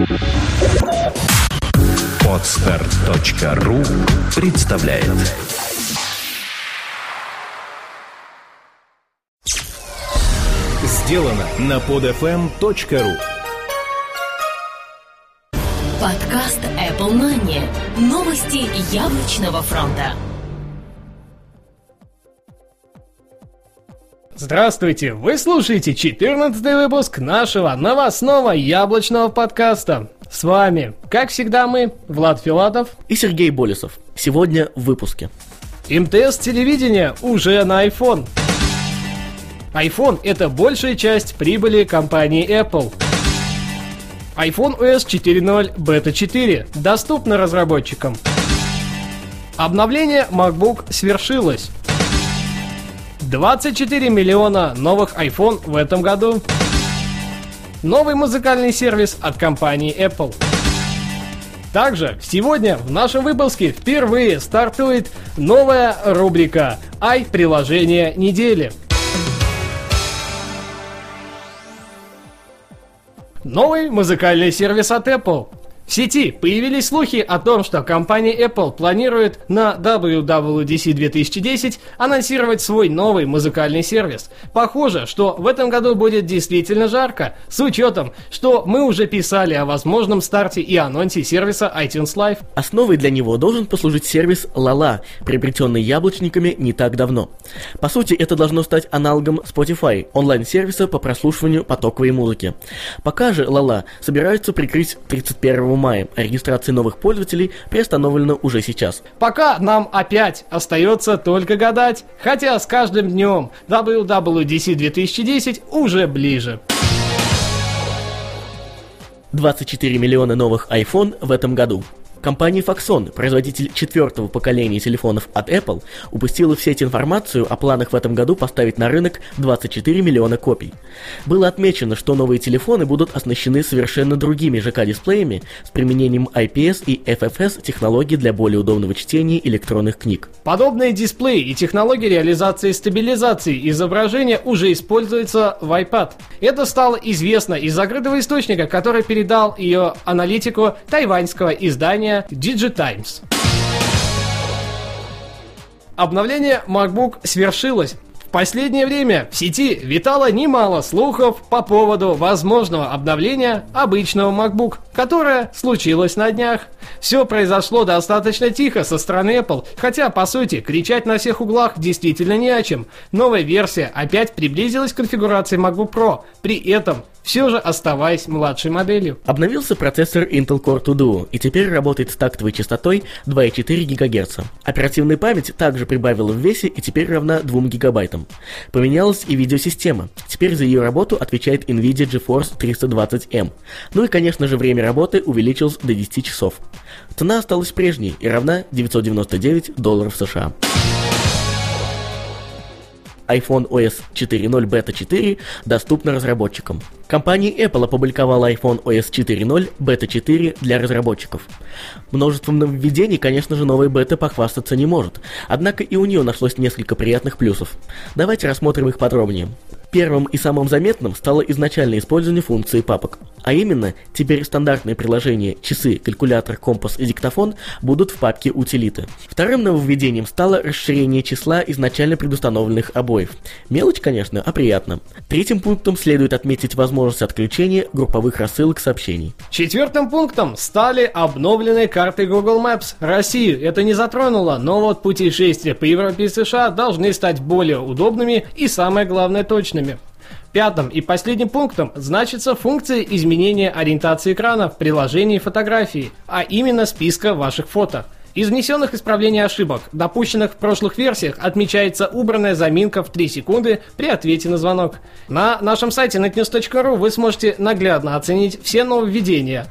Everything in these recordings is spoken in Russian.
Podster.ru представляет. Сделано на podfm.ru. Подкаст Apple Money. Новости яблочного фронта. Здравствуйте! Вы слушаете 14-й выпуск нашего новостного яблочного подкаста. С вами, как всегда, мы, Влад Филатов и Сергей Болесов. Сегодня в выпуске. МТС телевидения уже на iPhone. iPhone – это большая часть прибыли компании Apple. iPhone OS 4.0 Beta 4 доступно разработчикам. Обновление MacBook свершилось. 24 миллиона новых iPhone в этом году. Новый музыкальный сервис от компании Apple. Также сегодня в нашем выпуске впервые стартует новая рубрика «Ай-приложение недели». Новый музыкальный сервис от Apple. В сети появились слухи о том, что компания Apple планирует на WWDC 2010 анонсировать свой новый музыкальный сервис. Похоже, что в этом году будет действительно жарко, с учетом, что мы уже писали о возможном старте и анонсе сервиса iTunes Live. Основой для него должен послужить сервис Lala, приобретенный яблочниками не так давно. По сути, это должно стать аналогом Spotify, онлайн-сервиса по прослушиванию потоковой музыки. Пока же Lala собираются прикрыть 31 мая, а регистрация новых пользователей приостановлена уже сейчас. Пока нам опять остается только гадать, хотя с каждым днем WWDC 2010 уже ближе. 24 миллиона новых iPhone в этом году. Компания Foxconn, производитель 4-го поколения телефонов от Apple, упустила в сеть информацию о планах в этом году поставить на рынок 24 миллиона копий. Было отмечено, что новые телефоны будут оснащены совершенно другими ЖК-дисплеями с применением IPS и FFS технологий для более удобного чтения электронных книг. Подобные дисплеи и технологии реализации и стабилизации изображения уже используются в iPad. Это стало известно из закрытого источника, который передал ее аналитику тайваньского издания DigiTimes. Обновление MacBook свершилось. В последнее время в сети витало немало слухов по поводу возможного обновления обычного MacBook, которое случилось на днях. Все произошло достаточно тихо со стороны Apple, хотя, по сути, кричать на всех углах действительно не о чем. Новая версия опять приблизилась к конфигурации MacBook Pro, при этом все же оставаясь младшей моделью. Обновился процессор Intel Core 2 Duo и теперь работает с тактовой частотой 2,4 ГГц. Оперативная память также прибавила в весе и теперь равна 2 ГБ. Поменялась и видеосистема. Теперь за ее работу отвечает NVIDIA GeForce 320M. Ну и, конечно же, время работы увеличилось до 10 часов. Цена осталась прежней и равна $999 США. iPhone OS 4.0 Beta 4 доступна разработчикам. Компания Apple опубликовала iPhone OS 4.0 Beta 4 для разработчиков. Множеством нововведений, конечно же, новая бета похвастаться не может, однако и у нее нашлось несколько приятных плюсов. Давайте рассмотрим их подробнее. Первым и самым заметным стало изначальное использование функции папок. А именно, теперь стандартные приложения «Часы», «Калькулятор», «Компас» и «Диктофон» будут в папке «Утилиты». Вторым нововведением стало расширение числа изначально предустановленных обоев. Мелочь, конечно, а приятно. Третьим пунктом следует отметить возможность отключения групповых рассылок сообщений. Четвертым пунктом стали обновленные карты Google Maps. Россию это не затронуло, но вот путешествия по Европе и США должны стать более удобными и, самое главное, точными. Пятым и последним пунктом значится функция изменения ориентации экрана в приложении фотографии, а именно списка ваших фото. Из внесенных исправлений ошибок, допущенных в прошлых версиях, отмечается убранная заминка в 3 секунды при ответе на звонок. На нашем сайте netnews.ru вы сможете наглядно оценить все нововведения.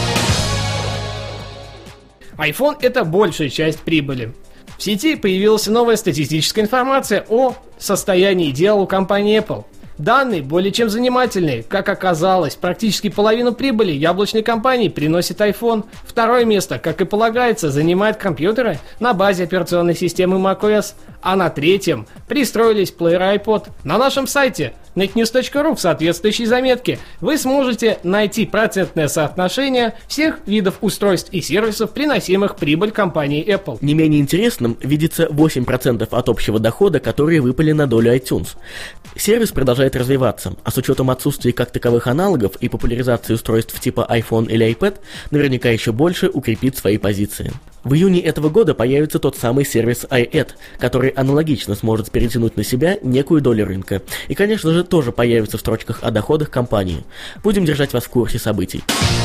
iPhone – это большая часть прибыли. В сети появилась новая статистическая информация о состоянии дел у компании Apple. Данные более чем занимательные. Как оказалось, практически половину прибыли яблочной компании приносит iPhone. Второе место, как и полагается, занимают компьютеры на базе операционной системы macOS. А на третьем пристроились плееры iPod. На нашем сайте netnews.ru в соответствующей заметке вы сможете найти процентное соотношение всех видов устройств и сервисов, приносимых прибыль компании Apple. Не менее интересным видится 8% от общего дохода, которые выпали на долю iTunes. Сервис продолжает развиваться, а с учетом отсутствия как таковых аналогов и популяризации устройств типа iPhone или iPad, наверняка еще больше укрепит свои позиции. В июне этого года появится тот самый сервис iAd, который аналогично сможет перетянуть на себя некую долю рынка. И, конечно же, тоже появится в строчках о доходах компании. Будем держать вас в курсе событий.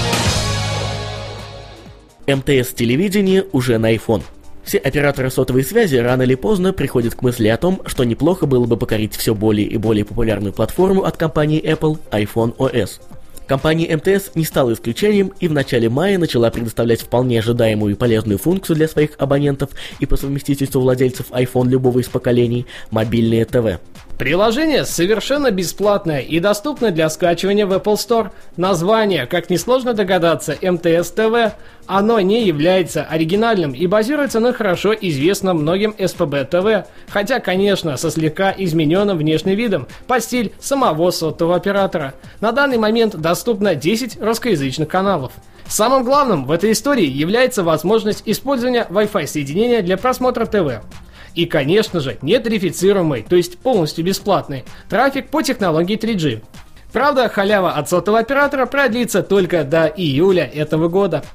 МТС-телевидение уже на iPhone. Все операторы сотовой связи рано или поздно приходят к мысли о том, что неплохо было бы покорить все более и более популярную платформу от компании Apple – iPhone OS. Компания МТС не стала исключением и в начале мая начала предоставлять вполне ожидаемую и полезную функцию для своих абонентов и по совместительству владельцев iPhone любого из поколений – мобильное ТВ. Приложение совершенно бесплатное и доступно для скачивания в Apple Store. Название, как несложно догадаться, МТС ТВ. Оно не является оригинальным и базируется на хорошо известном многим СПБ ТВ, хотя, конечно, со слегка измененным внешним видом под стиль самого сотового оператора. На данный момент доступно 10 русскоязычных каналов. Самым главным в этой истории является возможность использования Wi-Fi соединения для просмотра ТВ. И, конечно же, нетрифицируемый, то есть полностью бесплатный, трафик по технологии 3G. Правда, халява от сотового оператора продлится только до июля этого года.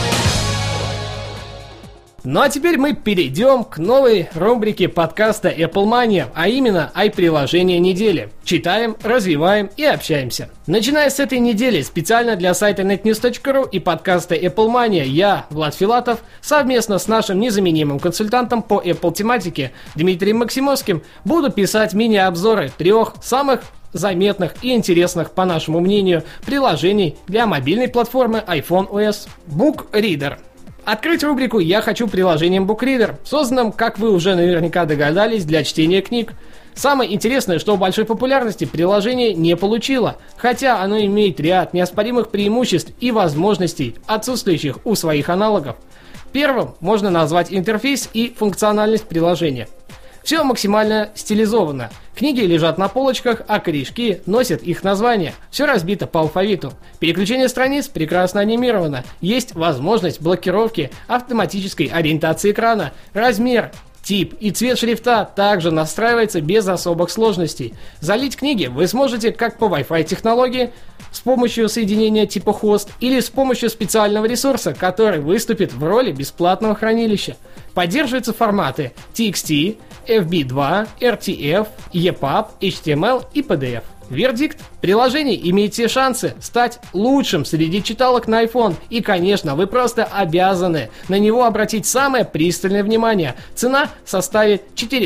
Ну а теперь мы перейдем к новой рубрике подкаста Apple Mania, а именно i-приложение недели. Читаем, развиваем и общаемся. Начиная с этой недели, специально для сайта netnews.ru и подкаста Apple Mania, я, Влад Филатов, совместно с нашим незаменимым консультантом по Apple тематике Дмитрием Максимовским буду писать мини-обзоры 3 самых заметных и интересных, по нашему мнению, приложений для мобильной платформы iPhone OS. BookReader. Открыть рубрику я хочу приложением BookReader, созданным, как вы уже наверняка догадались, для чтения книг. Самое интересное, что большой популярности приложение не получило, хотя оно имеет ряд неоспоримых преимуществ и возможностей, отсутствующих у своих аналогов. Первым можно назвать интерфейс и функциональность приложения. Все максимально стилизовано. Книги лежат на полочках, а корешки носят их названия. Все разбито по алфавиту. Переключение страниц прекрасно анимировано. Есть возможность блокировки автоматической ориентации экрана. Размер, тип и цвет шрифта также настраивается без особых сложностей. Залить книги вы сможете как по Wi-Fi технологии, с помощью соединения типа хост или с помощью специального ресурса, который выступит в роли бесплатного хранилища. Поддерживаются форматы TXT, FB2, RTF, EPUB, HTML и PDF. Вердикт: приложение имеет все шансы стать лучшим среди читалок на iPhone. И, конечно, вы просто обязаны на него обратить самое пристальное внимание. Цена составит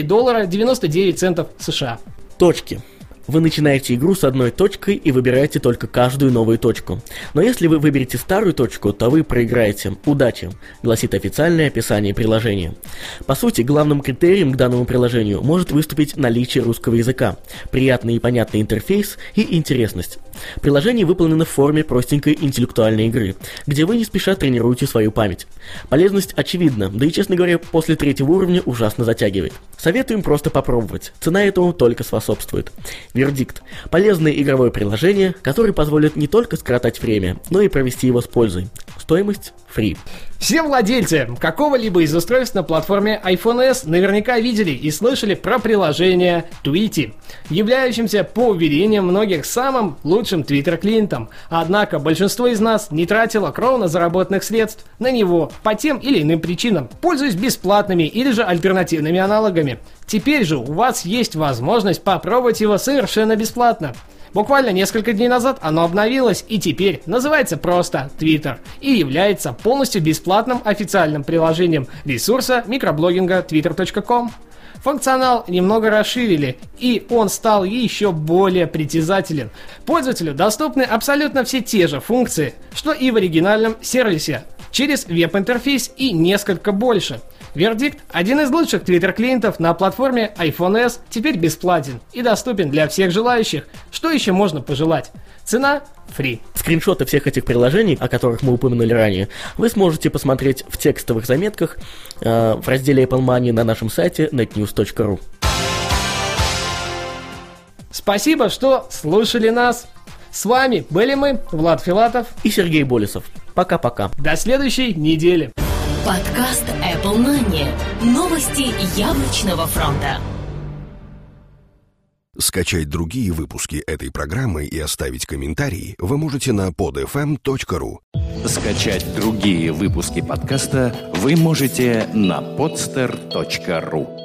$4.99 США. Точки. Вы начинаете игру с одной точкой и выбираете только каждую новую точку. Но если вы выберете старую точку, то вы проиграете. Удачи, гласит официальное описание приложения. По сути, главным критерием к данному приложению может выступить наличие русского языка, приятный и понятный интерфейс и интересность. Приложение выполнено в форме простенькой интеллектуальной игры, где вы не спеша тренируете свою память. Полезность очевидна, да и, честно говоря, после 3-го уровня ужасно затягивает. Советуем просто попробовать, цена этому только способствует. Вердикт: полезное игровое приложение, которое позволит не только скоротать время, но и провести его с пользой. Стоимость free. Все владельцы какого-либо из устройств на платформе iPhone S наверняка видели и слышали про приложение Tweety, являющимся, по уверениям многих, самым лучшим Twitter-клиентом. Однако большинство из нас не тратило кровно заработанных средств на него по тем или иным причинам, пользуясь бесплатными или же альтернативными аналогами. Теперь же у вас есть возможность попробовать его совершенно бесплатно. Буквально несколько дней назад оно обновилось и теперь называется просто Twitter и является полностью бесплатным официальным приложением ресурса микроблогинга twitter.com. Функционал немного расширили, и он стал еще более притязателен. Пользователю доступны абсолютно все те же функции, что и в оригинальном сервисе, через веб-интерфейс и несколько больше. Вердикт: один из лучших Twitter-клиентов на платформе iPhone S теперь бесплатен и доступен для всех желающих. Что еще можно пожелать? Цена free. Скриншоты всех этих приложений, о которых мы упомянули ранее, вы сможете посмотреть в текстовых заметках в разделе Apple Money на нашем сайте netnews.ru. Спасибо, что слушали нас. С вами были мы, Влад Филатов и Сергей Болесов. Пока-пока. До следующей недели. Подкаст Apple Money. Новости яблочного фронта. Скачать другие выпуски этой программы и оставить комментарии вы можете на podfm.ru. Скачать другие выпуски подкаста вы можете на podster.ru.